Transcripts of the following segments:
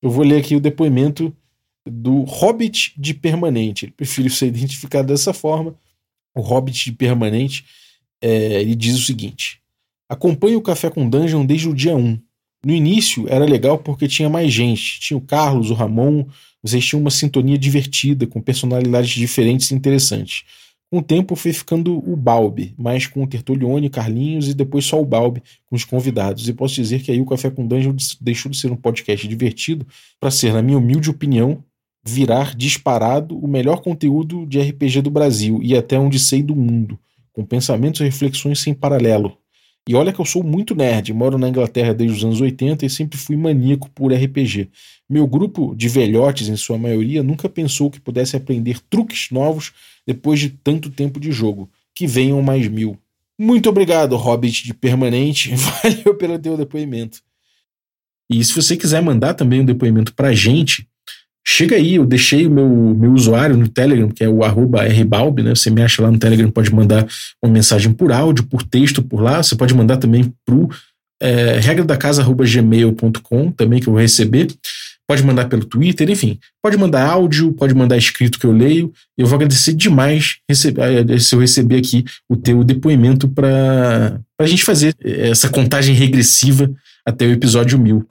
Eu vou ler aqui o depoimento do Hobbit de Permanente. Ele prefere ser identificado dessa forma. O Hobbit de Permanente, ele diz o seguinte: acompanho o Café com Dungeon desde o dia 1. No início era legal porque tinha mais gente. Tinha o Carlos, o Ramon. Vocês tinham uma sintonia divertida, com personalidades diferentes e interessantes. Com o tempo foi ficando o Balbi, mais com o Tertulione, Carlinhos e depois só o Balbi com os convidados. E posso dizer que aí o Café com Dungeon deixou de ser um podcast divertido para ser, na minha humilde opinião, virar disparado o melhor conteúdo de RPG do Brasil e até onde sei do mundo, com pensamentos e reflexões sem paralelo. E olha que eu sou muito nerd, moro na Inglaterra desde os anos 80 e sempre fui maníaco por RPG. Meu grupo de velhotes, em sua maioria, nunca pensou que pudesse aprender truques novos depois de tanto tempo de jogo. Que venham mais 1000. Muito obrigado, Hobbit de Permanente. Valeu pelo teu depoimento. E se você quiser mandar também um depoimento pra gente, chega aí, eu deixei o meu usuário no Telegram, que é o @rbalb, né? Você me acha lá no Telegram, pode mandar uma mensagem por áudio, por texto, por lá. Você pode mandar também pro regradacasa@gmail.com, também, que eu vou receber. Pode mandar pelo Twitter, enfim. Pode mandar áudio, pode mandar escrito que eu leio. Eu vou agradecer demais se eu receber aqui o teu depoimento para a gente fazer essa contagem regressiva até o episódio 1000.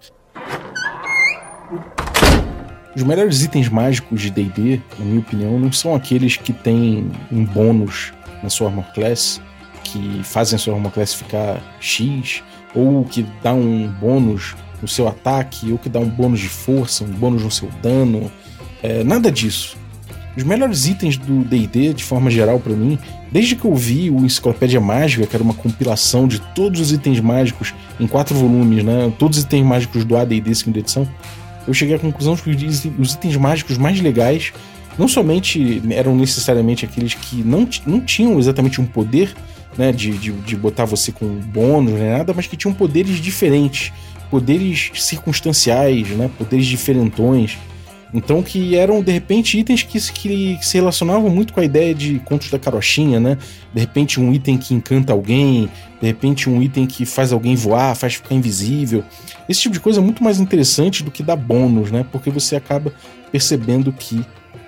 Os melhores itens mágicos de D&D, na minha opinião, não são aqueles que têm um bônus na sua armor class, que fazem a sua armor class ficar X, ou que dá um bônus no seu ataque, ou que dá um bônus de força, um bônus no seu dano. Nada disso. Os melhores itens do D&D, de forma geral pra mim, desde que eu vi o Enciclopédia Mágica, que era uma compilação de todos os itens mágicos em 4 volumes, né? Todos os itens mágicos do AD&D 5ª edição, eu cheguei à conclusão de que os itens mágicos mais legais não somente eram necessariamente aqueles que não tinham exatamente um poder, né, de botar você com bônus, nem nada, mas que tinham poderes diferentes, poderes circunstanciais, né, poderes diferentões. Então, que eram, de repente, itens que se relacionavam muito com a ideia de Contos da Carochinha, né? De repente, um item que encanta alguém, de repente, um item que faz alguém voar, faz ficar invisível. Esse tipo de coisa é muito mais interessante do que dar bônus, né? Porque você acaba percebendo que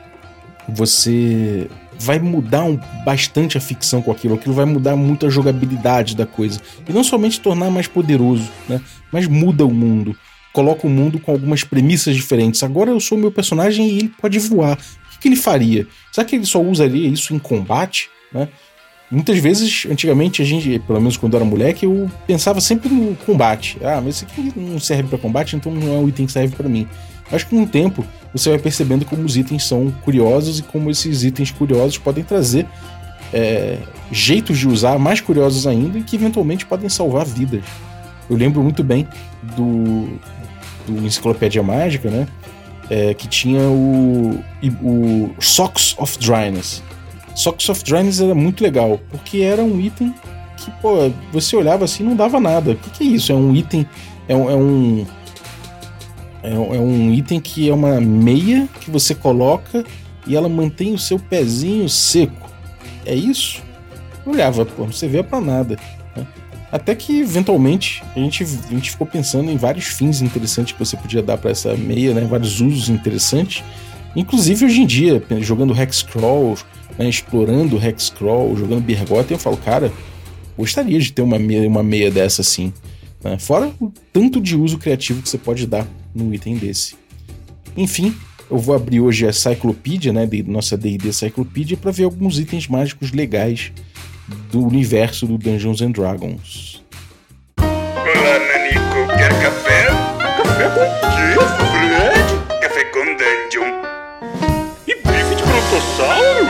você vai mudar bastante a ficção com aquilo vai mudar muito a jogabilidade da coisa. E não somente tornar mais poderoso, né? Mas muda o mundo. Coloca o mundo com algumas premissas diferentes. Agora eu sou o meu personagem e ele pode voar. O que ele faria? Será que ele só usaria isso em combate? Né? Muitas vezes, antigamente, a gente, pelo menos quando eu era moleque, eu pensava sempre no combate. Mas isso aqui não serve para combate, então não é um item que serve para mim. Acho que com o tempo você vai percebendo como os itens são curiosos e como esses itens curiosos podem trazer jeitos de usar mais curiosos ainda e que eventualmente podem salvar vidas. Eu lembro muito bem do Enciclopédia Mágica, né? Que tinha o Socks of Dryness. Socks of Dryness era muito legal, porque era um item que, você olhava assim e não dava nada. O que é isso? É um item... É um item que é uma meia que você coloca e ela mantém o seu pezinho seco. É isso? Eu olhava, não servia pra nada, né? Até que, eventualmente, a gente ficou pensando em vários fins interessantes que você podia dar para essa meia, né? Vários usos interessantes. Inclusive, hoje em dia, jogando Hexcrawl, né? Explorando Hexcrawl, jogando Bergotten, eu falo, cara, gostaria de ter uma meia dessa assim. Né? Fora o tanto de uso criativo que você pode dar num item desse. Enfim, eu vou abrir hoje a Cyclopedia, né? Nossa D&D Cyclopedia, para ver alguns itens mágicos legais do universo do Dungeons and Dragons. Olá, Nanico. Quer café? Café com quê, Fred? Café com Dungeon. E bife de brontossauro?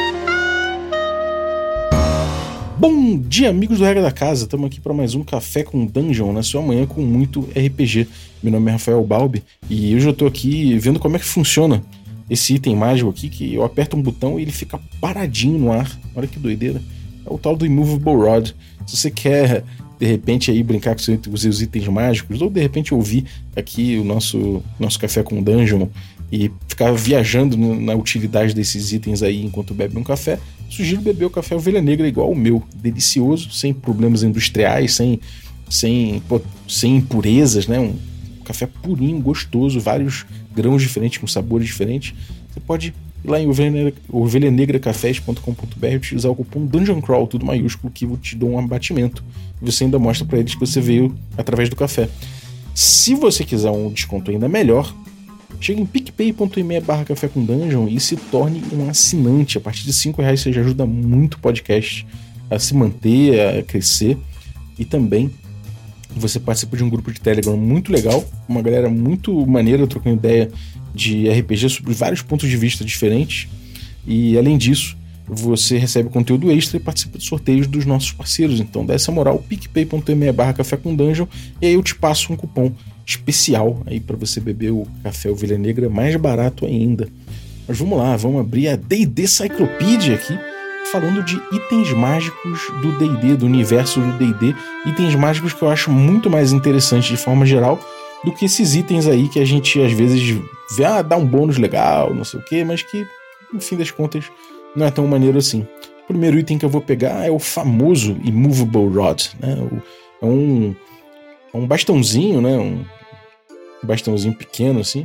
Bom dia, amigos do Regra da Casa. Estamos aqui para mais um Café com Dungeon, na sua manhã com muito RPG. Meu nome é Rafael Balbi e hoje eu estou aqui vendo como é que funciona esse item mágico aqui, que eu aperto um botão e ele fica paradinho no ar. Olha que doideira. É o tal do Immovable Rod. Se você quer, de repente, aí brincar com os seus itens mágicos, ou de repente ouvir aqui o nosso Café com Dungeon e ficar viajando na utilidade desses itens aí enquanto bebe um café, sugiro beber o café Ovelha Negra igual o meu. Delicioso, sem problemas industriais, sem impurezas, né? Um café purinho, gostoso, vários grãos diferentes, com sabores diferentes. Você pode ir lá em ovelhanegracafés.com.br e utilizar o cupom Dungeon Crawl, tudo maiúsculo, que eu te dou um abatimento. E você ainda mostra para eles que você veio através do café. Se você quiser um desconto ainda melhor, chega em picpay.me/café com Dungeon e se torne um assinante. A partir de R$5 você já ajuda muito o podcast a se manter, a crescer. E também você participa de um grupo de Telegram muito legal, uma galera muito maneira, trocando ideia de RPG sobre vários pontos de vista diferentes. E além disso, você recebe conteúdo extra e participa de sorteios dos nossos parceiros. Então dá essa moral, picpay.me/café com Dungeon, e aí eu te passo um cupom especial aí para você beber o café Ovelha Negra mais barato ainda. Mas vamos lá, vamos abrir a D&D Cyclopedia aqui, falando de itens mágicos do D&D, do universo do D&D, itens mágicos que eu acho muito mais interessantes de forma geral do que esses itens aí que a gente às vezes vê, dá um bônus legal, não sei o que, mas que no fim das contas não é tão maneiro assim. O primeiro item que eu vou pegar é o famoso Immovable Rod, né? É um bastãozinho, né? Um bastãozinho pequeno assim,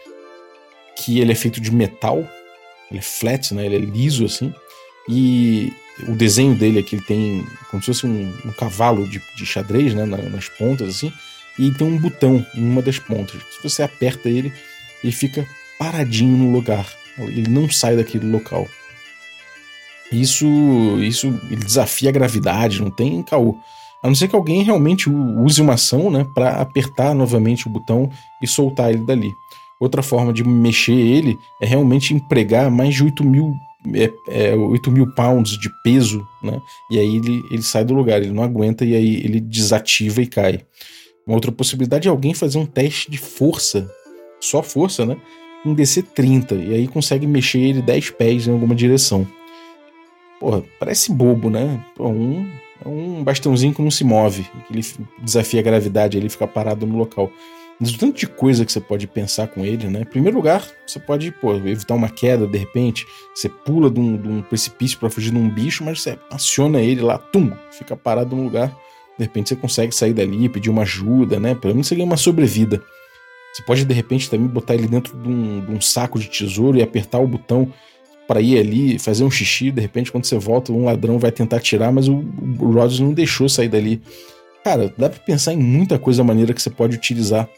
que ele é feito de metal, ele é flat, né? Ele é liso assim, e o desenho dele aqui, ele tem como se fosse um cavalo de xadrez, né? Nas pontas assim, e tem um botão em uma das pontas. Se você aperta ele, ele fica paradinho no lugar, ele não sai daquele local. Isso ele desafia a gravidade, não tem caô. A não ser que alguém realmente use uma ação, né, para apertar novamente o botão e soltar ele dali. Outra forma de mexer ele é realmente empregar mais de 8 mil pounds de peso, né, e aí ele sai do lugar, ele não aguenta e aí ele desativa e cai. Uma outra possibilidade é alguém fazer um teste de força, só força, né, em DC 30, e aí consegue mexer ele 10 pés em alguma direção. Porra, parece bobo, né? É um bastãozinho que não se move, que ele desafia a gravidade, ele fica parado no local. Mas o tanto de coisa que você pode pensar com ele, né? Em primeiro lugar, você pode evitar uma queda, de repente, você pula de um precipício para fugir de um bicho, mas você aciona ele lá, fica parado no lugar. De repente você consegue sair dali, pedir uma ajuda, né? Pelo menos você ganha uma sobrevida. Você pode, de repente, também botar ele dentro de um saco de tesouro e apertar o botão para ir ali, fazer um xixi. De repente, quando você volta, um ladrão vai tentar tirar, mas o Rhodes não deixou sair dali. Cara, dá pra pensar em muita coisa maneira que você pode utilizar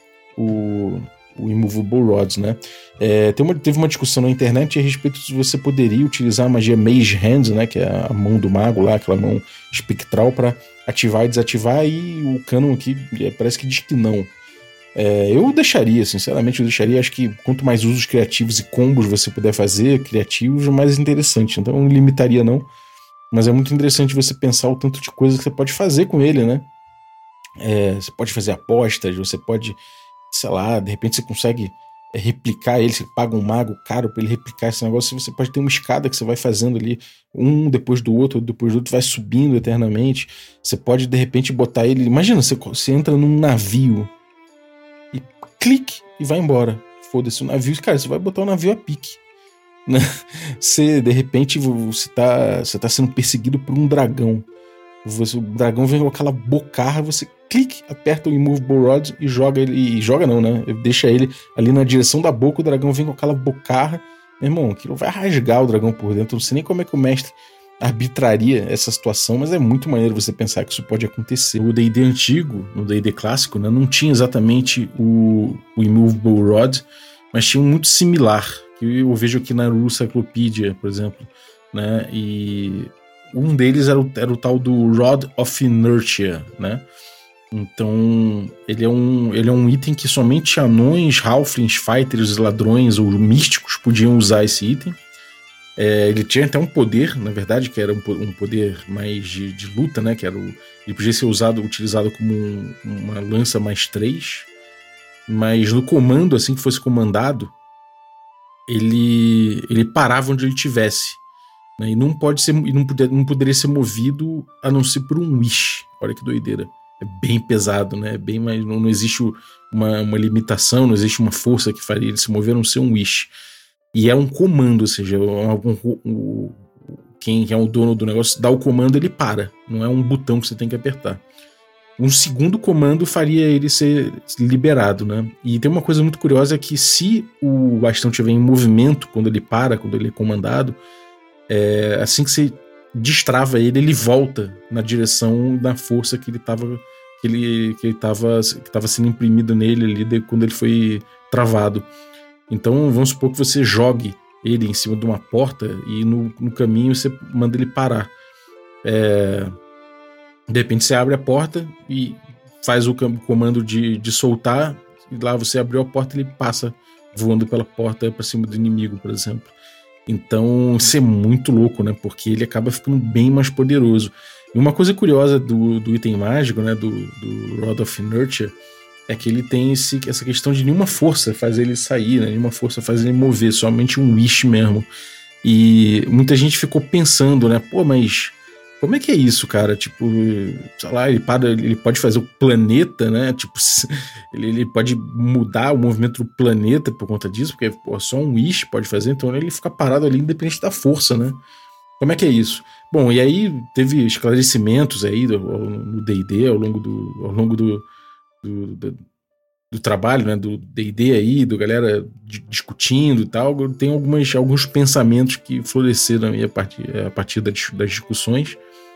o Immovable Rhodes, né? Teve uma discussão na internet a respeito de se você poderia utilizar a magia Mage Hand, né? Que é a mão do mago lá, aquela mão espectral, para ativar e desativar, e o canon aqui parece que diz que não. Eu deixaria, sinceramente, acho que quanto mais usos criativos e combos você puder fazer, criativos, mais interessante. Então eu não limitaria não, mas é muito interessante você pensar o tanto de coisa que você pode fazer com ele, né? Você pode fazer apostas, você pode, sei lá, de repente você consegue replicar ele, você paga um mago caro pra ele replicar esse negócio, você pode ter uma escada que você vai fazendo ali, um depois do outro, vai subindo eternamente. Você pode, de repente, botar ele... Imagina, você entra num navio e clique e vai embora. Foda-se o navio, cara, você vai botar o navio a pique, né? Você, de repente, você tá sendo perseguido por um dragão. O dragão vem com aquela bocarra, você clique, aperta o Immovable Rod e joga ele. E joga não, né? Deixa ele ali na direção da boca, o dragão vem com aquela bocarra. Meu irmão, aquilo vai rasgar o dragão por dentro. Eu não sei nem como é que o mestre arbitraria essa situação, mas é muito maneiro você pensar que isso pode acontecer. O D&D antigo, no D&D clássico, né, não tinha exatamente o Immovable Rod, mas tinha um muito similar, que eu vejo aqui na Rule Cyclopedia, por exemplo, né, e um deles era o tal do Rod of Inertia, né. Então ele é um item que somente anões, halflings, fighters, ladrões ou místicos podiam usar esse item. Ele tinha até um poder, na verdade, que era um poder mais de luta, né? Ele podia ser utilizado como uma lança mais 3, mas no comando, assim que fosse comandado, ele parava onde ele estivesse, né? E não poderia ser movido a não ser por um wish. Olha que doideira. É bem pesado, né? É bem mais, não existe uma limitação, não existe uma força que faria ele se mover a não ser um wish. E é um comando, ou seja, quem é o dono do negócio dá o comando, ele para. Não é um botão que você tem que apertar. um segundo comando faria ele ser liberado, né? E tem uma coisa muito curiosa, é que se o bastão estiver em movimento quando ele para, quando ele é comandado, assim que você destrava ele, ele volta na direção da força que ele estava que estava sendo imprimida nele ali quando ele foi travado. Então vamos supor que você jogue ele em cima de uma porta e no caminho você manda ele parar. De repente você abre a porta e faz o comando de soltar, e lá você abriu a porta e ele passa voando pela porta para cima do inimigo, por exemplo. Então isso é muito louco, né? Porque ele acaba ficando bem mais poderoso. E uma coisa curiosa do item mágico, né? Do Rod of Inertia, é que ele tem essa questão de nenhuma força faz ele sair, né? Nenhuma força faz ele mover, somente um wish mesmo. E muita gente ficou pensando, né? Pô, mas como é que é isso, cara? Tipo, sei lá, ele pode fazer o planeta, né? Tipo, ele pode mudar o movimento do planeta por conta disso, porque só um wish pode fazer, então ele fica parado ali independente da força, né? Como é que é isso? Bom, e aí teve esclarecimentos aí no D&D ao longo do trabalho, né, do D&D aí, do galera discutindo e tal. Tem alguns pensamentos que floresceram aí a partir das discussões.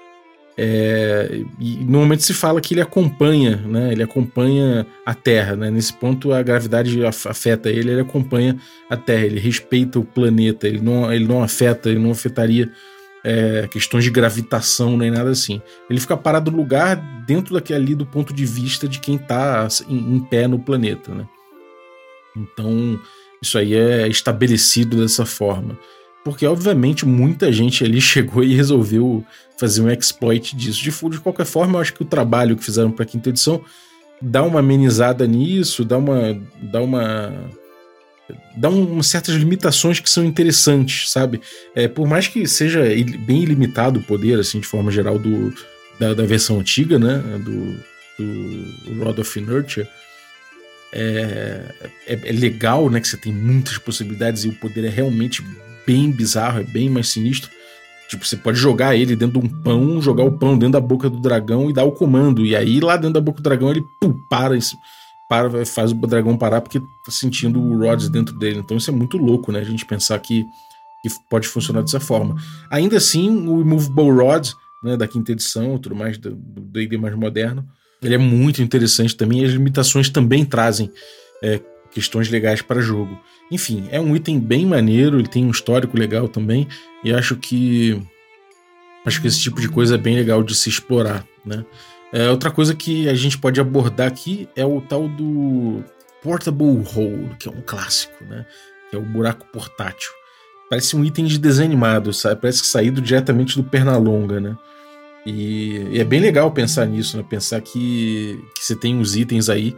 E normalmente se fala que ele acompanha, né, ele acompanha a Terra, né, nesse ponto a gravidade afeta ele acompanha a Terra, ele respeita o planeta, ele não afetaria questões de gravitação nem nada assim. Ele fica parado no lugar dentro ali do ponto de vista de quem está em pé no planeta, né? Então isso aí é estabelecido dessa forma, porque obviamente muita gente ali chegou e resolveu fazer um exploit disso. De qualquer forma, eu acho que o trabalho que fizeram para a quinta edição dá uma amenizada nisso, dá certas limitações que são interessantes, sabe? Por mais que seja bem ilimitado o poder, assim, de forma geral, da versão antiga, né? Do Rod of Inertia, é legal, né? Que você tem muitas possibilidades e o poder é realmente bem bizarro, é bem mais sinistro. Tipo, você pode jogar ele dentro de um pão, jogar o pão dentro da boca do dragão e dar o comando. E aí, lá dentro da boca do dragão, ele faz o dragão parar porque tá sentindo o Rods dentro dele. Então isso é muito louco, né? A gente pensar que pode funcionar dessa forma. Ainda assim, o Immovable Rod, né, da quinta edição, tudo mais, do D&D mais moderno, ele é muito interessante também, e as limitações também trazem questões legais para o jogo. Enfim, é um item bem maneiro, ele tem um histórico legal também, e acho que esse tipo de coisa é bem legal de se explorar, né? Outra coisa que a gente pode abordar aqui é o tal do Portable Hole, que é um clássico, né? Que é o buraco portátil. Parece um item de desenho animado, sabe? Parece que saído diretamente do Pernalonga, né? E é bem legal pensar nisso, né? Pensar que você tem uns itens aí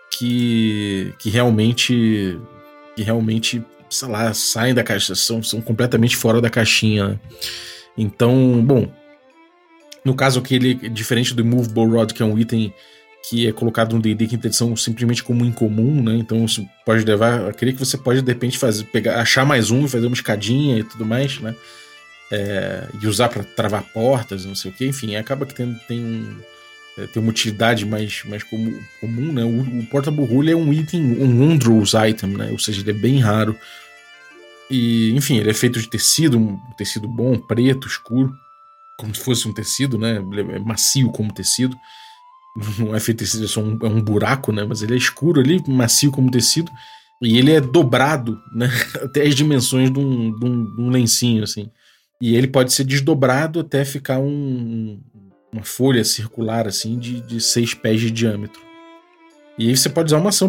que realmente, sei lá, saem da caixa, são completamente fora da caixinha, né? Então, bom, no caso aqui, ele é diferente do Immovable Rod, que é um item que é colocado no D&D quinta edição simplesmente como incomum, né? Então isso pode levar a crer que você pode de repente achar mais um e fazer uma escadinha e tudo mais, né? E usar para travar portas, não sei o que. Enfim, acaba que tem uma utilidade mais comum, né? O Portable Hole é um item, um Wondrous item, né? Ou seja, ele é bem raro. E, enfim, ele é feito de tecido, um tecido bom, preto, escuro, como se fosse um tecido, né? Ele é macio como tecido. Não é feito de tecido, é um buraco, né? Mas ele é escuro ali, macio como tecido. E ele é dobrado, né? Até as dimensões de um lencinho, assim. E ele pode ser desdobrado até ficar uma folha circular, assim, de 6 pés de diâmetro. E aí você pode usar uma ação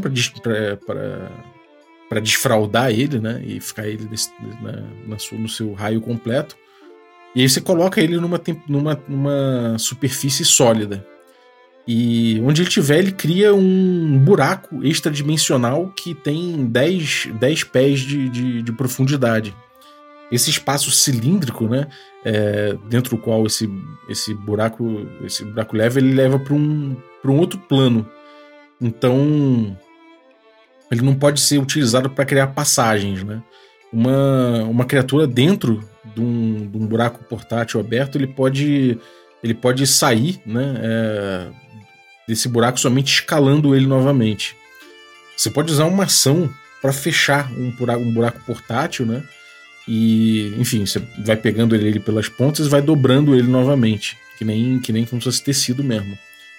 para desfraldar ele, né? E ficar ele no seu raio completo. E aí você coloca ele numa superfície sólida. E onde ele estiver, ele cria um buraco extradimensional que tem 10 pés de profundidade. Esse espaço cilíndrico, né, dentro do qual esse buraco leva, ele leva para um outro plano. Então, ele não pode ser utilizado para criar passagens, né? Uma criatura dentro de um buraco portátil aberto, ele pode sair, né, desse buraco somente escalando ele novamente. Você pode usar uma ação para fechar um buraco portátil, né? E, enfim, você vai pegando ele pelas pontas e vai dobrando ele novamente, que nem como se fosse tecido mesmo.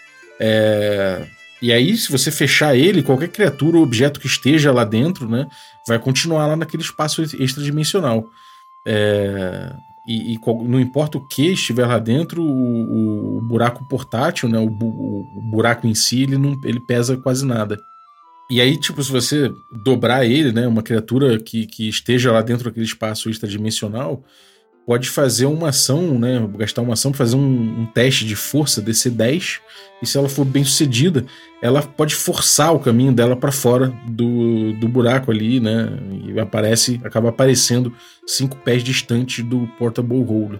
E aí, se você fechar ele, qualquer criatura ou objeto que esteja lá dentro, né, vai continuar lá naquele espaço extradimensional. E não importa o que estiver lá dentro, o buraco portátil, né, o buraco em si, ele pesa quase nada. E aí, tipo, se você dobrar ele, né, uma criatura que esteja lá dentro daquele espaço extradimensional, pode fazer uma ação, né, gastar uma ação para fazer um teste de força DC10, e se ela for bem sucedida, ela pode forçar o caminho dela para fora do buraco ali, né, e acaba aparecendo 5 pés distante do Portable Hole.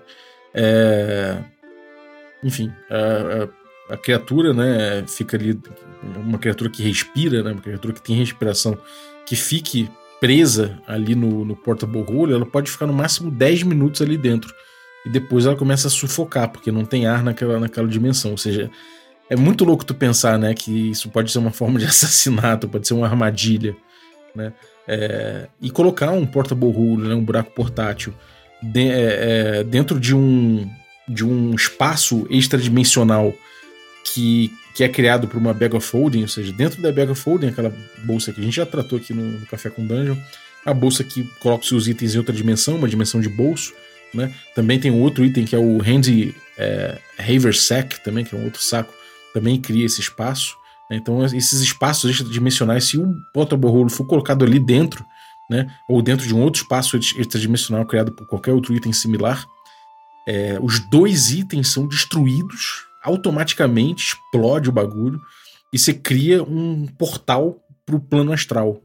Enfim, a criatura, né, fica ali, uma criatura que respira, né, uma criatura que tem respiração, que fique presa ali no Portable Hole, ela pode ficar no máximo 10 minutos ali dentro. E depois ela começa a sufocar, porque não tem ar naquela dimensão. Ou seja, é muito louco tu pensar, né, que isso pode ser uma forma de assassinato, pode ser uma armadilha, né? E colocar um Portable Hole, né, um buraco portátil, dentro de um espaço extradimensional que é criado por uma Bag of Holding, ou seja, dentro da Bag of Holding, aquela bolsa que a gente já tratou aqui no Café com Dungeon, a bolsa que coloca os seus itens em outra dimensão, uma dimensão de bolso, né? Também tem um outro item que é o Handy Haversack, também, que é um outro saco, também cria esse espaço, né? Então esses espaços extradimensionais, se o Portable Hole for colocado ali dentro, né, ou dentro de um outro espaço extradimensional criado por qualquer outro item similar, os 2 itens são destruídos automaticamente, explode o bagulho e você cria um portal pro plano astral.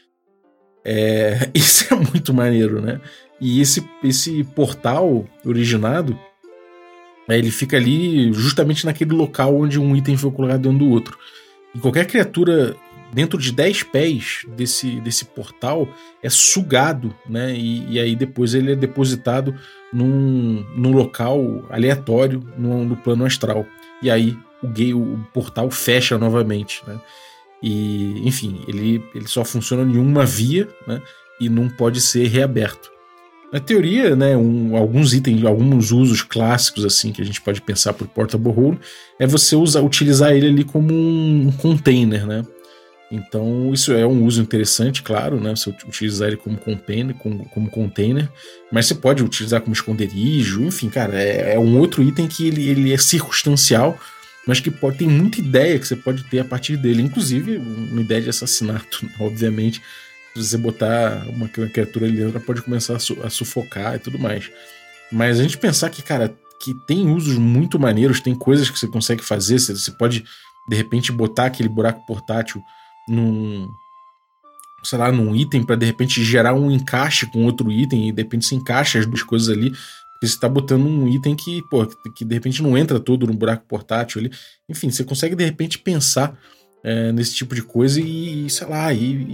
Isso é muito maneiro, né? E esse portal originado, ele fica ali justamente naquele local onde um item foi colocado dentro do outro. E qualquer criatura dentro de 10 pés desse portal é sugado, né? E aí depois ele é depositado num local aleatório no plano astral. E aí o portal fecha novamente, né? E, enfim, ele só funciona em uma via, né? E não pode ser reaberto. Na teoria, né, alguns itens, alguns usos clássicos assim que a gente pode pensar para o Portable Hole é você utilizar ele ali como um container, né? Então isso é um uso interessante, claro, né? Você utilizar ele como container, mas você pode utilizar como esconderijo, enfim, cara, é um outro item que ele é circunstancial, mas que tem muita ideia que você pode ter a partir dele, inclusive uma ideia de assassinato, né? Obviamente. Se você botar uma criatura ali dentro, ela pode começar a sufocar e tudo mais. Mas a gente pensar que, cara, que tem usos muito maneiros, tem coisas que você consegue fazer, você pode, de repente, botar aquele buraco portátil num item para de repente gerar um encaixe com outro item e de repente se encaixa as duas coisas ali, porque você tá botando um item que de repente não entra todo no buraco portátil ali. Enfim, você consegue de repente pensar nesse tipo de coisa e sei lá,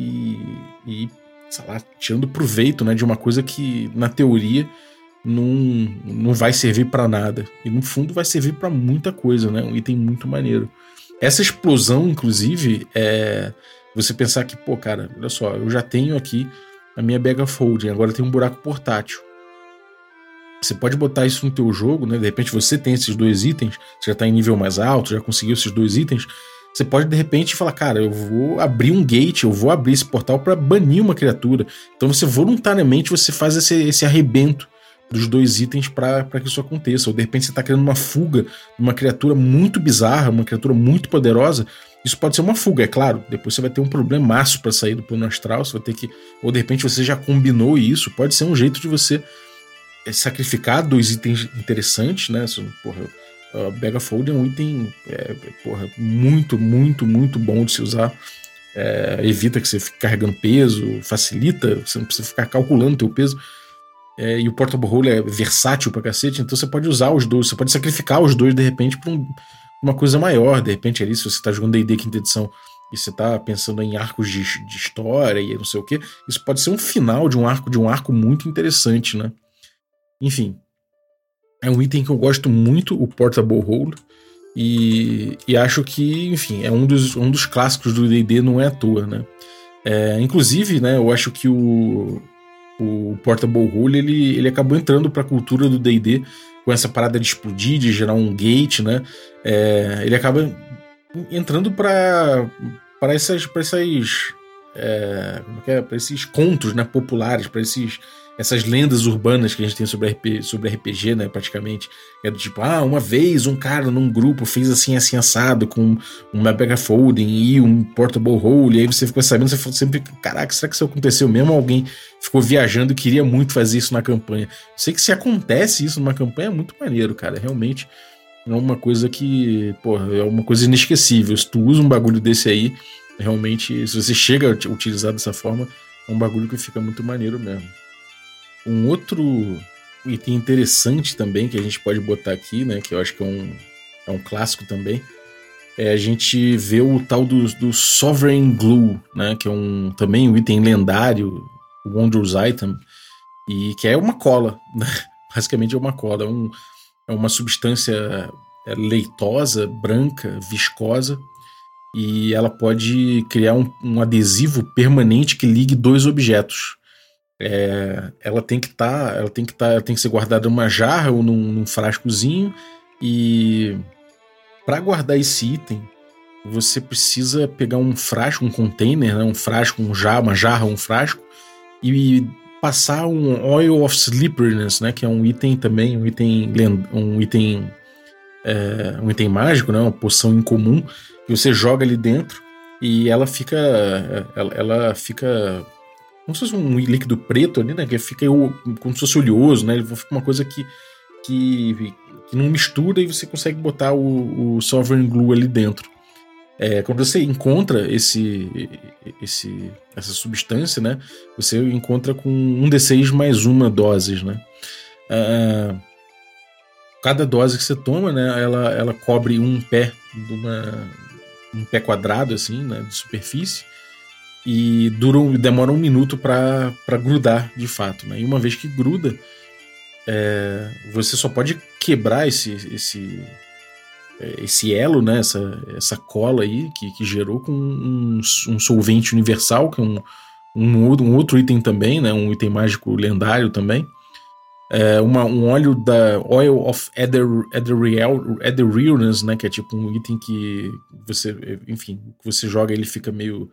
tirando proveito, né, de uma coisa que na teoria não vai servir para nada e no fundo vai servir para muita coisa, né? Um item muito maneiro. Essa explosão, inclusive, você pensar que, pô, cara, olha só, eu já tenho aqui a minha Bag of Holding, agora tem um buraco portátil. Você pode botar isso no teu jogo, né? De repente você tem esses 2 itens, você já tá em nível mais alto, já conseguiu esses 2 itens. Você pode, de repente, falar, cara, eu vou abrir um gate, eu vou abrir esse portal para banir uma criatura. Então você voluntariamente faz esse arrebento dos 2 itens para que isso aconteça. Ou de repente você está criando uma fuga de uma criatura muito bizarra, uma criatura muito poderosa. Isso pode ser uma fuga, é claro. Depois você vai ter um problemaço para sair do plano astral. Você vai ter que. Ou de repente você já combinou isso. Pode ser um jeito de você sacrificar 2 itens interessantes, né? Porra, a Bag of Holding é um item muito, muito, muito bom de se usar. Evita que você fique carregando peso, facilita, você não precisa ficar calculando o teu peso. E o Portable Hole é versátil pra cacete, então você pode usar os 2, você pode sacrificar os 2 de repente pra uma coisa maior. De repente ali, se você tá jogando D&D 5ª edição e você tá pensando em arcos de história e não sei o que, isso pode ser um final de um arco muito interessante, né? Enfim, é um item que eu gosto muito, o Portable Hole. E acho que, enfim, é um dos clássicos do D&D, não é à toa, né? Inclusive, né, eu acho que o Portable Role, ele acabou entrando para a cultura do D&D com essa parada de explodir, de gerar um gate, né? Ele acaba entrando para esses contos, né, populares, para essas lendas urbanas que a gente tem sobre RPG, né, praticamente. É do tipo, uma vez um cara num grupo fez assim assado com uma megafolding e um portable role, e aí você ficou sabendo, você sempre fica, caraca, será que isso aconteceu mesmo? Alguém ficou viajando e queria muito fazer isso na campanha. Eu sei que se acontece isso numa campanha é muito maneiro, cara, realmente é uma coisa que, porra, é uma coisa inesquecível. Se tu usa um bagulho desse aí, realmente, se você chega a utilizar dessa forma, é um bagulho que fica muito maneiro mesmo. Um outro item interessante também que a gente pode botar aqui, né, que eu acho que é um clássico também, a gente vê o tal do Sovereign Glue, né, que é também um item lendário, o Wondrous Item, e que é uma cola, né? Basicamente é uma cola, é uma substância leitosa, branca, viscosa, e ela pode criar um adesivo permanente que ligue dois objetos. Ela tem que ser guardada numa jarra ou num frascozinho, e para guardar esse item você precisa pegar um frasco, um container, né, um frasco, uma jarra, um frasco, e passar um Oil of Slipperiness, né, que é um item também, um item mágico, né, uma poção incomum, que você joga ali dentro e ela fica como se fosse um líquido preto ali, né, que fica como se fosse oleoso, né, ele fica uma coisa que não mistura, e você consegue botar o Sovereign Glue ali dentro. Quando você encontra essa substância, né, você encontra com 1d6 mais uma doses, né. Cada dose que você toma, né, ela cobre um pé um pé quadrado, assim, né, de superfície, e demora 1 minuto para grudar de fato, né. E uma vez que gruda, você só pode quebrar esse elo, né, essa cola aí que gerou, com um solvente universal, que é um outro item também, né, um item mágico lendário também. Um óleo da Oil of Etherealness, né, que é tipo um item que você joga, ele fica meio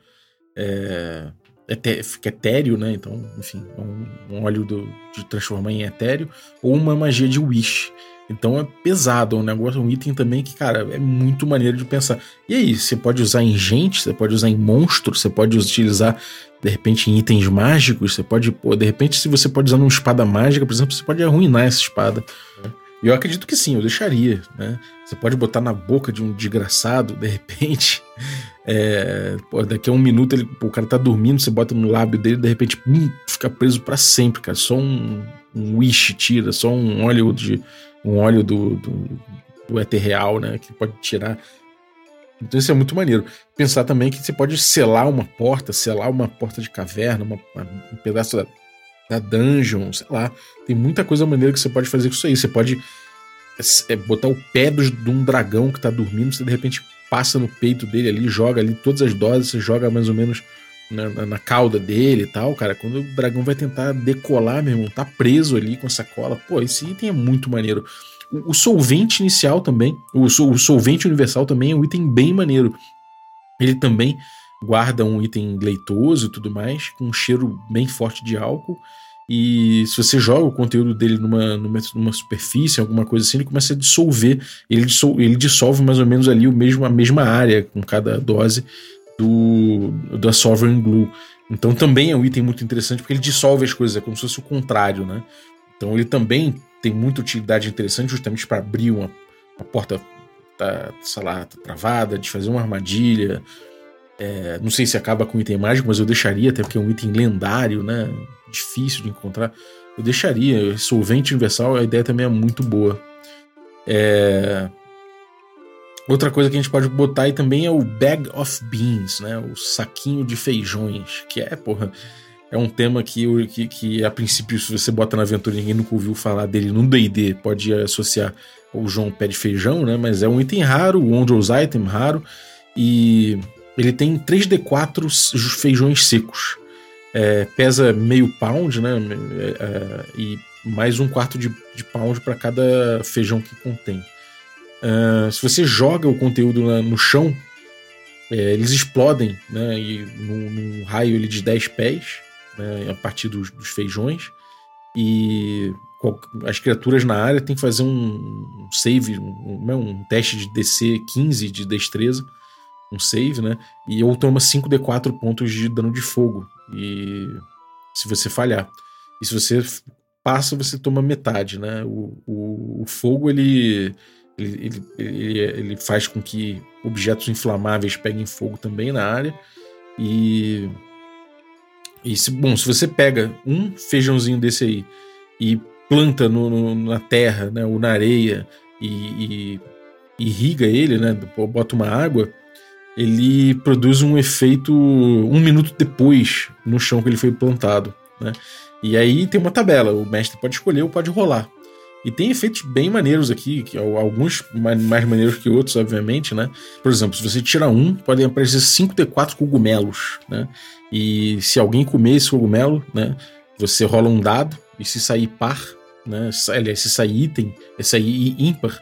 fica etéreo, né, então, enfim, é um óleo de transformar em etéreo, ou uma magia de Wish. Então é pesado, é um negócio, um item também que, cara, é muito maneiro de pensar. E aí, você pode usar em gente, você pode usar em monstro, você pode utilizar, de repente, em itens mágicos, você pode, de repente, se você pode usar numa espada mágica, por exemplo, você pode arruinar essa espada. E eu acredito que sim, eu deixaria, né? Você pode botar na boca de um desgraçado, de repente, daqui a 1 minuto o cara tá dormindo, você bota no lábio dele, de repente, fica preso pra sempre, cara. Só um wish tira, só um óleo do éter real, né, que pode tirar. Então isso é muito maneiro. Pensar também que você pode selar uma porta de caverna, um pedaço da dungeon, sei lá. Tem muita coisa maneira que você pode fazer com isso aí. Você pode botar o pé de um dragão que tá dormindo, você de repente passa no peito dele ali, joga ali todas as doses, você joga mais ou menos na cauda dele e tal, cara. Quando o dragão vai tentar decolar, meu irmão, tá preso ali com essa cola. Pô, esse item é muito maneiro. O solvente inicial também, o solvente universal também é um item bem maneiro. Ele também guarda um item leitoso e tudo mais, com um cheiro bem forte de álcool. E se você joga o conteúdo dele numa superfície, alguma coisa assim, ele começa a dissolver. Ele dissolve mais ou menos ali a mesma área com cada dose da Sovereign Glue. Então também é um item muito interessante, porque ele dissolve as coisas, é como se fosse o contrário, né? Então ele também tem muita utilidade interessante, justamente para abrir uma porta sei lá, tá travada, de fazer uma armadilha. Não sei se acaba com item mágico, mas eu deixaria, até porque é um item lendário, né? Difícil de encontrar. Eu deixaria. Solvente universal, a ideia também é muito boa. Outra coisa que a gente pode botar aí também é o Bag of Beans, né? O saquinho de feijões, que É um tema que a princípio, se você bota na aventura e ninguém nunca ouviu falar dele no D&D, pode associar o João Pé de Feijão, né? Mas é um item raro, um Wondrous Item raro, e ele tem 3d4 feijões secos. Pesa meio pound, né? E mais um quarto de pound para cada feijão que contém. Se você joga o conteúdo no chão, eles explodem, né? E num raio de 10 pés, né, a partir dos feijões, e as criaturas na área têm que fazer um save, um teste de DC 15 de destreza, um save, né, e ou toma 5d4 pontos de dano de fogo, e se você falhar. E se você passa, você toma metade, né? O fogo, ele faz com que objetos inflamáveis peguem fogo também na área, e se você pega um feijãozinho desse aí e planta na terra, né, ou na areia, e irriga ele, né, bota uma água, ele produz um efeito 1 minuto depois no chão que ele foi plantado, né? E aí tem uma tabela, o mestre pode escolher ou pode rolar. E tem efeitos bem maneiros aqui, alguns mais maneiros que outros, obviamente, né? Por exemplo, se você tira um, podem aparecer 5d4 cogumelos, né? E se alguém comer esse cogumelo, né, você rola um dado, e se sair par, né, se sair item, se sair ímpar,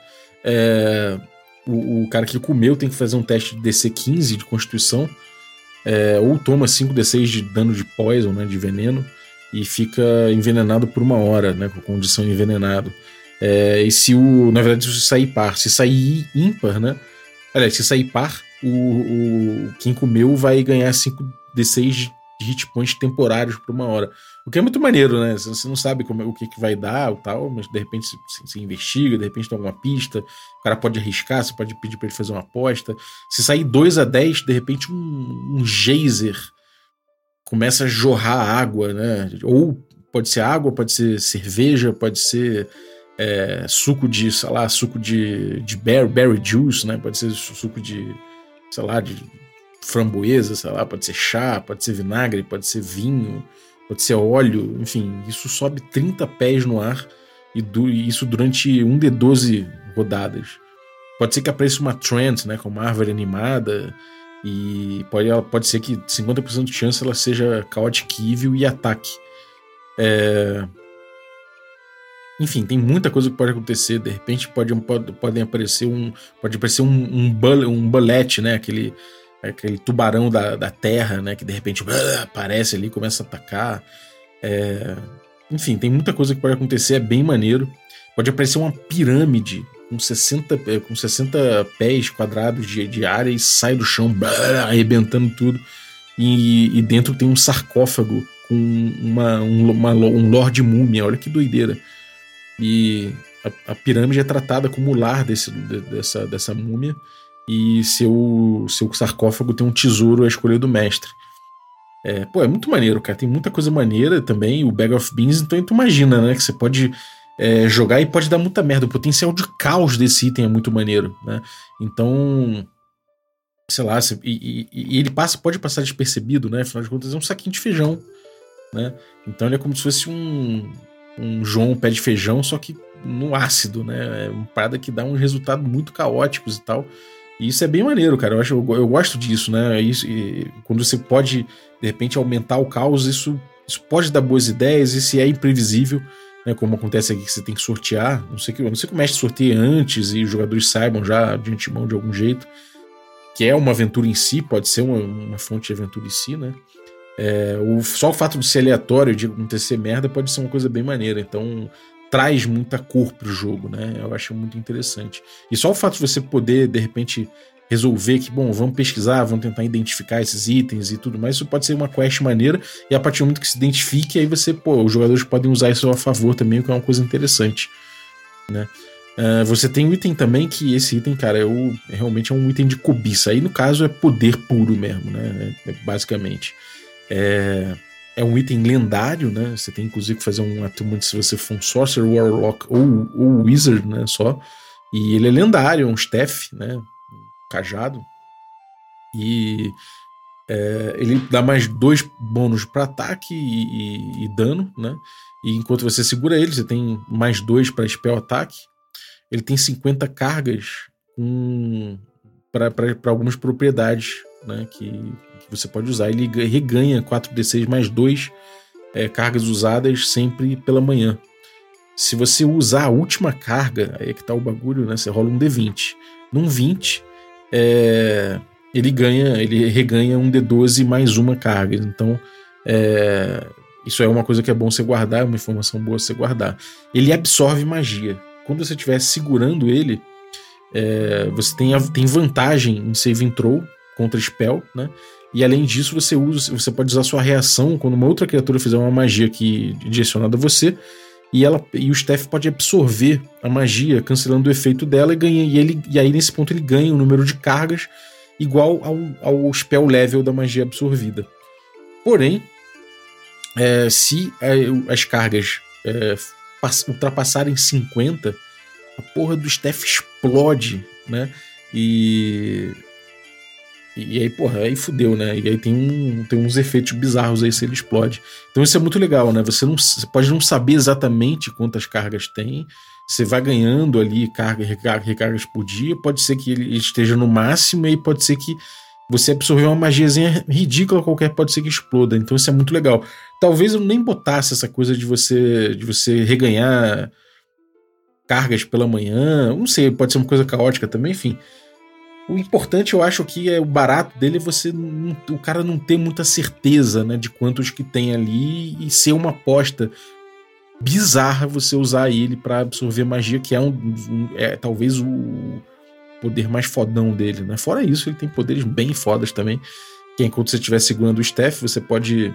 o cara que comeu tem que fazer um teste de DC 15 de constituição, ou toma 5d6 de dano de poison, né, de veneno, e fica envenenado por 1 hora, né, com condição de envenenado. E se na verdade, se sair par, se sair ímpar, né, se sair par, quem comeu vai ganhar 5d6 de hit points temporários por 1 hora. O que é muito maneiro, né? Você não sabe o que vai dar ou tal, mas de repente você investiga, de repente tem alguma pista, o cara pode arriscar, você pode pedir pra ele fazer uma aposta. Se sair 2-10, de repente um geyser começa a jorrar água, né? Ou pode ser água, pode ser cerveja, pode ser suco de, sei lá, suco de berry juice, né? Pode ser suco de, sei lá, de framboesa, sei lá, pode ser chá, pode ser vinagre, pode ser vinho, pode ser óleo, enfim, isso sobe 30 pés no ar, e isso durante 1d12 rodadas. Pode ser que apareça uma trance, né, com uma árvore animada, e pode ser que 50% de chance ela seja chaotic evil e ataque. Enfim, tem muita coisa que pode acontecer. De repente pode aparecer um bullet, né, aquele tubarão da terra, né, que de repente aparece ali e começa a atacar. Enfim, tem muita coisa que pode acontecer, é bem maneiro. Pode aparecer uma pirâmide com 60 pés quadrados de área e sai do chão, arrebentando tudo. E dentro tem um sarcófago com um lorde múmia, olha que doideira. E a pirâmide é tratada como o lar dessa múmia, e seu sarcófago tem um tesouro à escolha do mestre. É muito maneiro, cara. Tem muita coisa maneira também. O Bag of Beans, então tu imagina, né? Que você pode jogar e pode dar muita merda. O potencial de caos desse item é muito maneiro, né? Então, sei lá, e ele pode passar despercebido, né? Afinal de contas, é um saquinho de feijão, né? Então ele é como se fosse um João Pé de Feijão, só que no ácido, né? É uma parada que dá um resultado muito caóticos e tal. E isso é bem maneiro, cara. Eu gosto disso, né? E quando você pode, de repente, aumentar o caos, isso pode dar boas ideias, e se é imprevisível, né? Como acontece aqui, que você tem que sortear. Não sei que o mestre sorteia antes e os jogadores saibam já de antemão de algum jeito, que é uma aventura em si, pode ser uma fonte de aventura em si, né? Só o fato de ser aleatório, de acontecer merda, pode ser uma coisa bem maneira. Então traz muita cor pro jogo, né? Eu acho muito interessante. E só o fato de você poder, de repente, resolver que, bom, vamos pesquisar, vamos tentar identificar esses itens e tudo mais, isso pode ser uma quest maneira, e a partir do momento que se identifique, aí os jogadores podem usar isso a favor também, o que é uma coisa interessante, né? Você tem um item também que esse item, cara, realmente é um item de cobiça. Aí, no caso, é poder puro mesmo, né? Basicamente. É um item lendário, né? Você tem inclusive que fazer um attunement se você for um Sorcerer, Warlock ou Wizard, né? Só. E ele é lendário, é um staff, né? Um cajado. E Ele dá mais 2 bônus para ataque e dano, né? E enquanto você segura ele, você tem mais 2 para spell ataque. Ele tem 50 cargas para algumas propriedades, né? Que você pode usar. Ele reganha 4d6 mais 2 cargas usadas sempre pela manhã. Se você usar a última carga, aí é que tá o bagulho, né? Você rola um D20. Num 20, ele reganha um D12 mais uma carga. Então, isso é uma coisa que é bom você guardar, é uma informação boa você guardar. Ele absorve magia. Quando você estiver segurando ele, você tem vantagem em saving throw contra spell, né? E além disso, você pode usar sua reação quando uma outra criatura fizer uma magia direcionada a você, e o Steph pode absorver a magia, cancelando o efeito dela, e aí nesse ponto ele ganha um número de cargas igual ao spell level da magia absorvida. Porém, se as cargas ultrapassarem 50, a porra do Steph explode, né? E aí, porra, aí fudeu, né? E aí tem uns efeitos bizarros aí se ele explode. Então isso é muito legal, né? Você pode não saber exatamente quantas cargas tem. Você vai ganhando ali recargas por dia. Pode ser que ele esteja no máximo, e aí pode ser que você absorveu uma magiazinha ridícula qualquer, pode ser que exploda. Então isso é muito legal. Talvez eu nem botasse essa coisa de você reganhar cargas pela manhã. Não sei, pode ser uma coisa caótica também, enfim. O importante, eu acho que o barato dele é o cara não ter muita certeza, né, de quantos que tem ali, e ser uma aposta bizarra você usar ele para absorver magia, que é talvez o poder mais fodão dele, né? Fora isso, ele tem poderes bem fodas também, que enquanto você estiver segurando o Steph, você pode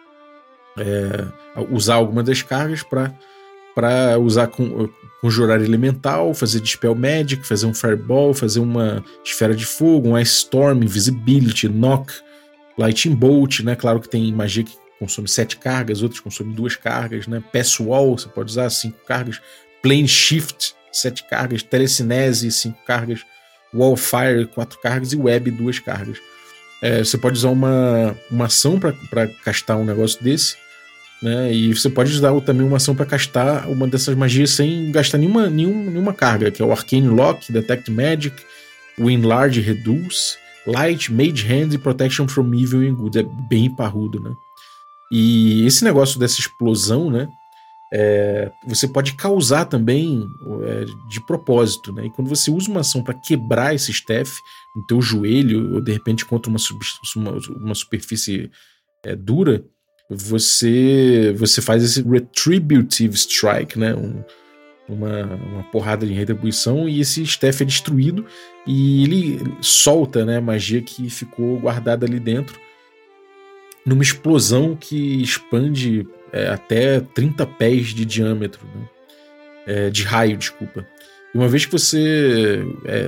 usar alguma das cargas para usar conjurar elemental, fazer Dispel Magic, fazer um Fireball, fazer uma esfera de fogo, um Ice Storm, Invisibility, Knock, Lightning Bolt, né? Claro que tem magia que consome 7 cargas, outras consomem 2 cargas, né? Pass Wall, você pode usar 5 cargas, Plane Shift, 7 cargas, Telecinese, 5 cargas, Wall Fire, 4 cargas e Web, 2 cargas. Você pode usar uma ação para castar um negócio desse, né? E você pode usar também uma ação para castar uma dessas magias sem gastar nenhuma carga, que é o Arcane Lock, Detect Magic, o Enlarge Reduce, Light, Mage Hand e Protection from Evil and Good. É bem parrudo, né? E esse negócio dessa explosão, né? Você pode causar também de propósito, né? E quando você usa uma ação para quebrar esse Steph no teu joelho ou de repente contra uma superfície dura, você faz esse Retributive Strike, né? Uma porrada de retribuição, e esse Steph é destruído e ele solta, né, a magia que ficou guardada ali dentro numa explosão que expande até 30 pés de diâmetro, né? De raio, desculpa. E uma vez que você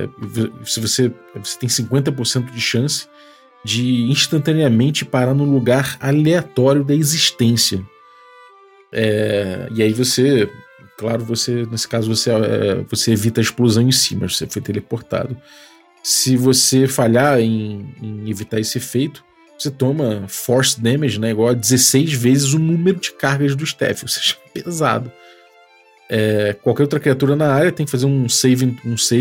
tem 50% de chance de instantaneamente parar num lugar aleatório da existência. E aí você, claro, nesse caso você evita a explosão em si, mas você foi teleportado. Se você falhar em evitar esse efeito, você toma Force Damage, né, igual a 16 vezes o número de cargas do Steph, ou seja, pesado. Qualquer outra criatura na área tem que fazer um save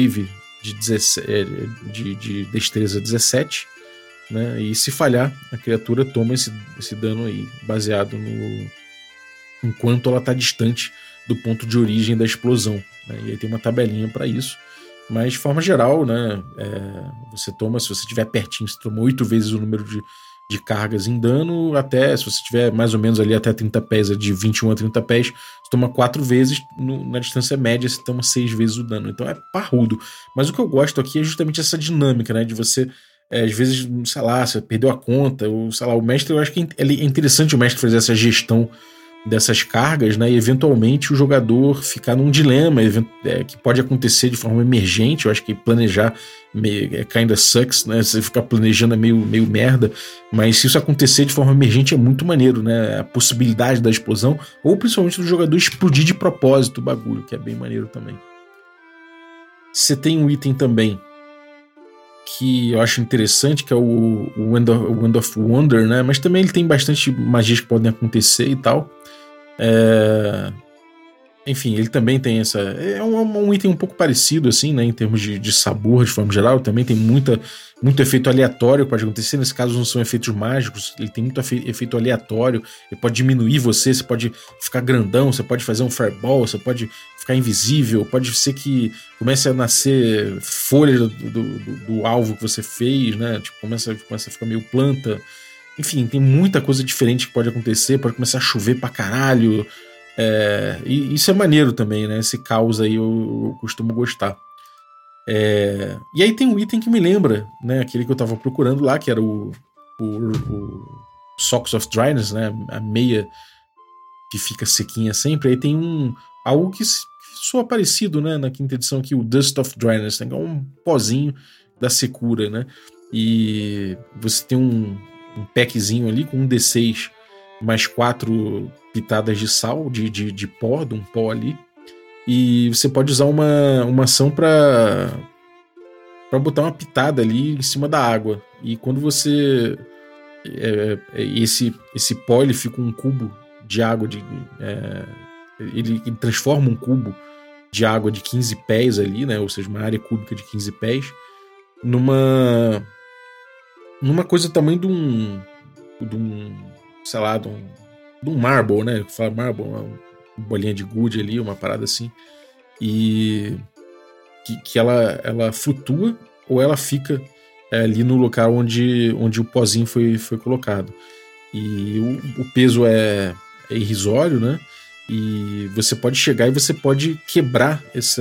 de destreza 17, né, e se falhar, a criatura toma esse dano aí, baseado no enquanto ela está distante do ponto de origem da explosão, né, e aí tem uma tabelinha para isso. Mas de forma geral, né, você toma, se você estiver pertinho, você toma 8 vezes o número de cargas em dano, até se você estiver mais ou menos ali até 30 pés, de 21 a 30 pés, você toma 4 vezes, na distância média você toma 6 vezes o dano. Então é parrudo. Mas o que eu gosto aqui é justamente essa dinâmica, né, de você, às vezes, sei lá, você perdeu a conta, ou sei lá, o mestre, eu acho que é interessante o mestre fazer essa gestão dessas cargas, né, e eventualmente o jogador ficar num dilema que pode acontecer de forma emergente. Eu acho que planejar kinda sucks, né, você ficar planejando é meio merda, mas se isso acontecer de forma emergente é muito maneiro, né, a possibilidade da explosão, ou principalmente do jogador explodir de propósito o bagulho, que é bem maneiro também. Você tem um item também que eu acho interessante, que é o Wand of Wonder, né? Mas também ele tem bastante magias que podem acontecer e tal. Enfim, ele também tem essa... É um item um pouco parecido, assim, né? Em termos de sabor, de forma geral. Também tem muito efeito aleatório que pode acontecer. Nesse caso, não são efeitos mágicos. Ele tem muito efeito aleatório. Ele pode diminuir você pode ficar grandão, você pode fazer um fireball, você pode ficar invisível. Pode ser que comece a nascer folha do alvo que você fez, né? Tipo, começa a ficar meio planta. Enfim, tem muita coisa diferente que pode acontecer. Pode começar a chover pra caralho. E isso é maneiro também, né? Esse caos aí eu costumo gostar. E aí tem um item que me lembra, né? Aquele que eu tava procurando lá, que era o Socks of Dryness, né? A meia que fica sequinha sempre. Aí tem algo que soa parecido, né? Na quinta edição aqui, o Dust of Dryness, né? É um pozinho da secura, né? E você tem um packzinho ali com um D6 mais 4 pitadas de sal, de pó, de um pó ali. E você pode usar uma ação para botar uma pitada ali em cima da água. E quando você... esse pó, ele fica um cubo de água. Ele transforma um cubo de água de 15 pés ali, né? Ou seja, uma área cúbica de 15 pés, numa coisa do tamanho de um sei lá, de um marble, né? Fala marble, uma bolinha de gude ali, uma parada assim. E que ela flutua ou ela fica ali no local onde o pozinho foi colocado. E o peso é irrisório, né? E você pode chegar e você pode quebrar esse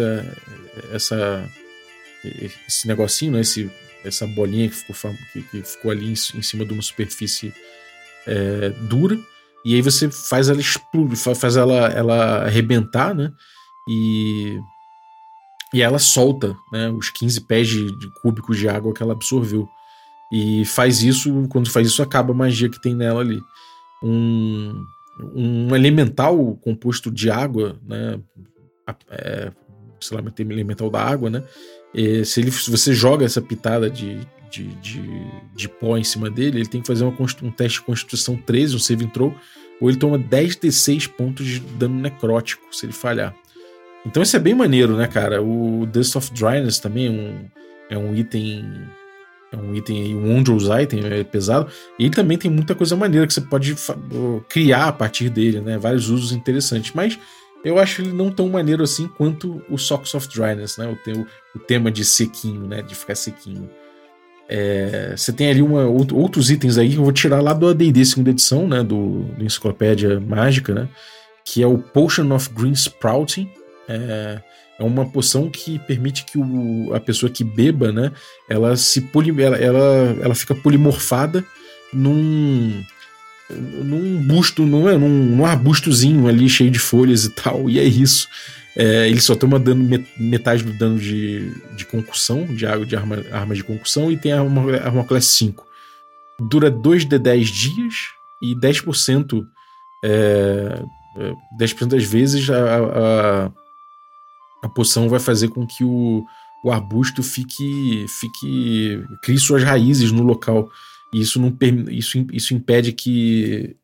negocinho, né? Essa bolinha que ficou ali em cima de uma superfície dura, e aí você faz ela explodir, faz ela arrebentar, né? E ela solta, né, os 15 pés de cúbicos de água que ela absorveu. E quando faz isso, acaba a magia que tem nela ali. Um elemental composto de água, né? Sei lá, elemental da água, né? Se você joga essa pitada de pó em cima dele, ele tem que fazer um teste de Constituição 13, um saving throw, ou ele toma 10d6 pontos de dano necrótico se ele falhar. Então isso é bem maneiro, né, cara? O Dust of Dryness também é um item aí, um Wondrous Item, é pesado, e ele também tem muita coisa maneira que você pode criar a partir dele, né? Vários usos interessantes, mas eu acho ele não tão maneiro assim quanto o Socks of Dryness, né? O tema de sequinho, né? De ficar sequinho. Você tem ali outros itens aí que eu vou tirar lá do AD&D 2ª edição, né? Do Enciclopédia Mágica, né? Que é o Potion of Green Sprouting. É uma poção que permite que a pessoa que beba, né? Ela fica polimorfada num busto, num arbustozinho ali cheio de folhas e tal, e é isso. Ele só toma metade do dano de concussão, de arma de concussão, e tem a arma classe 5. Dura 2d10 dias e 10% das vezes a poção vai fazer com que o arbusto crie suas raízes no local. E isso impede que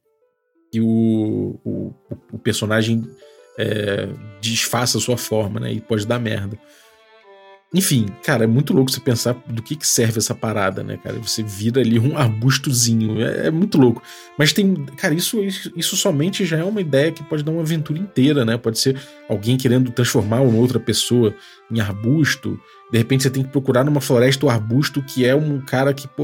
o personagem desfaça a sua forma, né? E pode dar merda. Enfim, cara, é muito louco você pensar do que serve essa parada, né, cara? Você vira ali um arbustozinho. É muito louco. Mas cara, isso somente já é uma ideia que pode dar uma aventura inteira, né? Pode ser alguém querendo transformar uma outra pessoa em arbusto. De repente você tem que procurar numa floresta o arbusto que é um cara que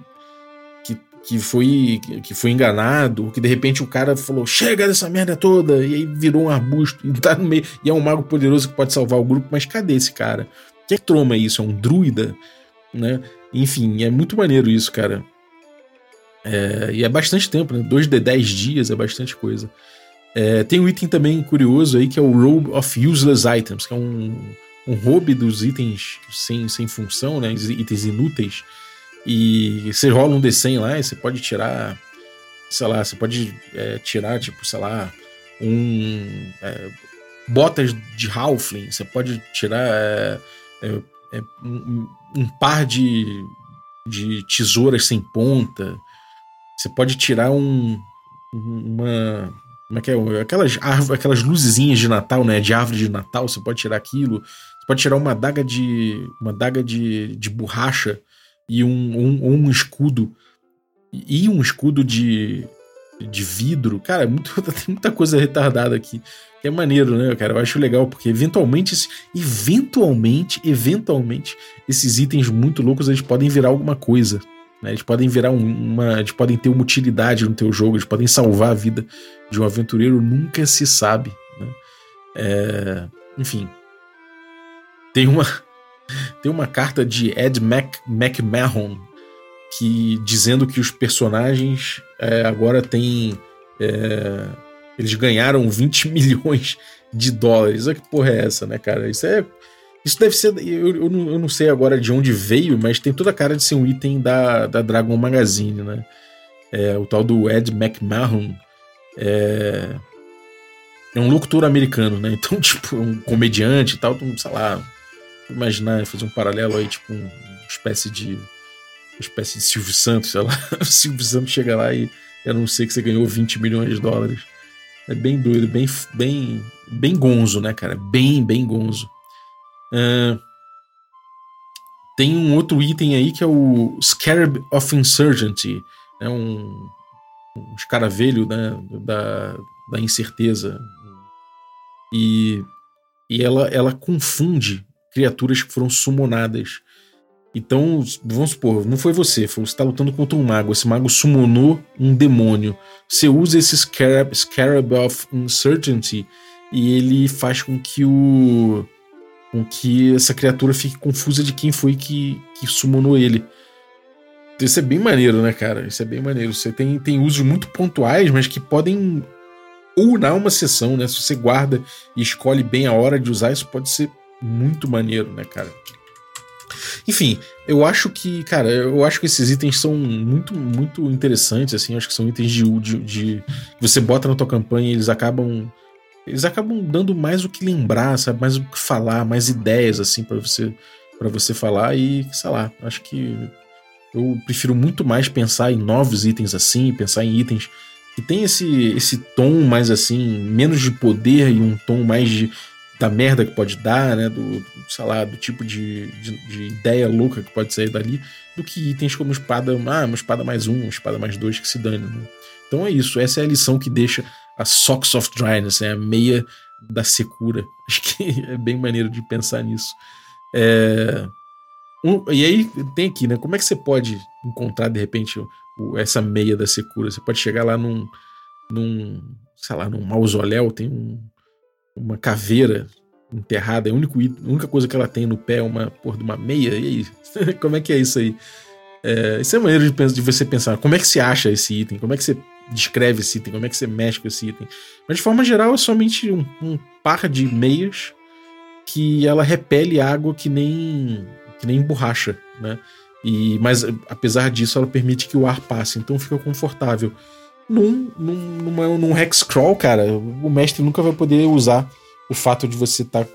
foi enganado, que de repente o cara falou, chega dessa merda toda, e aí virou um arbusto, e tá no meio, e é um mago poderoso que pode salvar o grupo, mas cadê esse cara? Que troma é isso? É um druida? Né? Enfim, é muito maneiro isso, cara. E é bastante tempo, né? 2d10 dias é bastante coisa. Tem um item também curioso aí, que é o Robe of Useless Items, que é um robe dos itens sem função, né? Itens inúteis. E você rola um D100 lá e você pode tirar, sei lá, tirar, tipo, sei lá, botas de Halfling, você pode tirar um par de tesouras sem ponta. Você pode tirar uma... Como é que é? Aquelas luzezinhas de Natal, né? De árvore de Natal, você pode tirar aquilo. Você pode tirar uma adaga de borracha e um escudo. E um escudo de vidro. Cara, tem muita coisa retardada aqui. É maneiro, né, cara? Eu acho legal, porque eventualmente esses itens muito loucos, eles podem virar alguma coisa, né? Eles podem virar eles podem ter uma utilidade no teu jogo, eles podem salvar a vida de um aventureiro, nunca se sabe, né? Enfim. Tem uma carta de Ed McMahon dizendo que os personagens agora têm... eles ganharam 20 milhões de dólares. Olha que porra é essa, né, cara? Isso deve ser... Eu não sei agora de onde veio, mas tem toda a cara de ser um item da Dragon Magazine, né? O tal do Ed McMahon é um locutor americano, né? Então, tipo, um comediante e tal, sei lá, imaginar, fazer um paralelo aí, tipo, uma espécie de Silvio Santos, sei lá. O Silvio Santos chega lá e eu não sei que você ganhou 20 milhões de dólares. É bem doido, bem gonzo, né, cara? Bem gonzo. Tem um outro item aí que é o Scarab of Uncertainty. É um escaravelho, né, da incerteza. E ela confunde criaturas que foram summonadas. Então, vamos supor, não foi você está lutando contra um mago, esse mago summonou um demônio. Você usa esse Scarab of Uncertainty e ele faz com que essa criatura fique confusa de quem foi que summonou ele. Isso é bem maneiro, né, cara? Isso é bem maneiro. Você tem usos muito pontuais, mas que podem unar uma sessão, né? Se você guarda e escolhe bem a hora de usar, isso pode ser muito maneiro, né, cara? Enfim, eu acho que esses itens são muito, muito interessantes, assim. Eu acho que são itens que você bota na tua campanha e eles acabam dando mais o que lembrar, sabe? Mais o que falar, mais ideias, assim, pra você falar. E, sei lá, acho que eu prefiro muito mais pensar em novos itens assim, pensar em itens que tem esse tom mais assim, menos de poder e um tom mais da merda que pode dar, né? Sei lá, do tipo de ideia louca que pode sair dali, do que itens como espada, uma espada mais uma espada mais dois que se dane, né? Então é isso, essa é a lição que deixa a Socks of Dryness, né? A meia da secura. Acho que é bem maneiro de pensar nisso. E aí tem aqui, né? Como é que você pode encontrar de repente essa meia da secura? Você pode chegar lá num mausoléu, tem uma caveira enterrada, a única coisa que ela tem no pé é uma porra de uma meia. E aí? Como é que é isso aí? Isso é maneiro de você pensar. Como é que se acha esse item? Como é que você descreve esse item? Como é que você mexe com esse item? Mas de forma geral é somente um par de meias que ela repele água que nem borracha, né? Mas apesar disso ela permite que o ar passe, então fica confortável. Num hexcrawl, cara, o mestre nunca vai poder usar o fato de você estar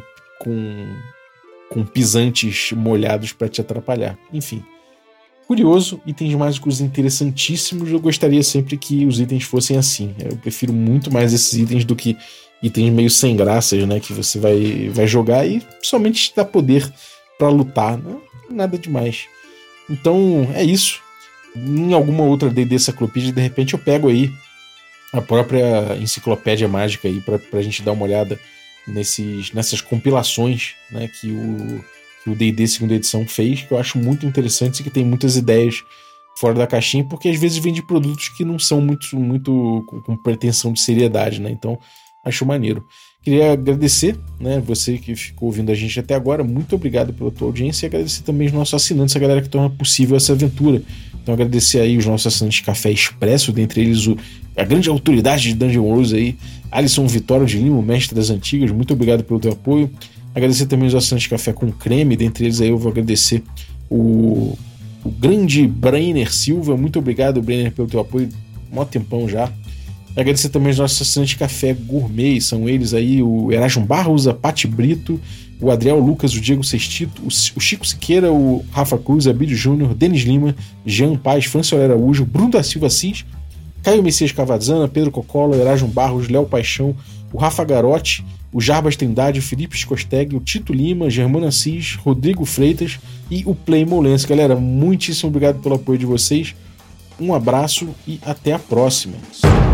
com pisantes molhados para te atrapalhar. Enfim, curioso, itens mágicos interessantíssimos. Eu gostaria sempre que os itens fossem assim. Eu prefiro muito mais esses itens do que itens meio sem graças, né, que você vai jogar e somente te dá poder para lutar, né? Nada demais. Então é isso. Em alguma outra D&D Cyclopedia, de repente eu pego aí a própria enciclopédia mágica aí pra gente dar uma olhada nessas compilações, né, que o D&D segunda edição fez, que eu acho muito interessante e que tem muitas ideias fora da caixinha, porque às vezes vem de produtos que não são muito com pretensão de seriedade, né? Então acho maneiro. Queria agradecer, né, você que ficou ouvindo a gente até agora, muito obrigado pela tua audiência, e agradecer também os nossos assinantes, a galera que torna possível essa aventura. Então agradecer aí os nossos assinantes de Café Expresso, dentre eles a grande autoridade de Dungeon Wars aí, Alisson Vitório de Lima, o mestre das antigas, muito obrigado pelo teu apoio. Agradecer também os assinantes de Café com Creme, dentre eles aí eu vou agradecer o grande Brenner Silva, muito obrigado, Brenner, pelo teu apoio, mó tempão já. Agradecer também os nossos assinantes Café Gourmet, são eles aí o Erasmo Barros, a Pati Brito, o Adriel Lucas, o Diego Sextito, o Chico Siqueira, o Rafa Cruz, Abílio Júnior, Denis Lima, Jean Paz, Franciola Araújo, Bruno da Silva Assis, Caio Messias Cavazana, Pedro Cocola, Erasmo Barros, Léo Paixão, o Rafa Garotti, o Jarbas Trindade, o Felipe Scosteg, o Tito Lima, Germano Assis, Rodrigo Freitas e o Play Molense. Galera, muitíssimo obrigado pelo apoio de vocês. Um abraço e até a próxima.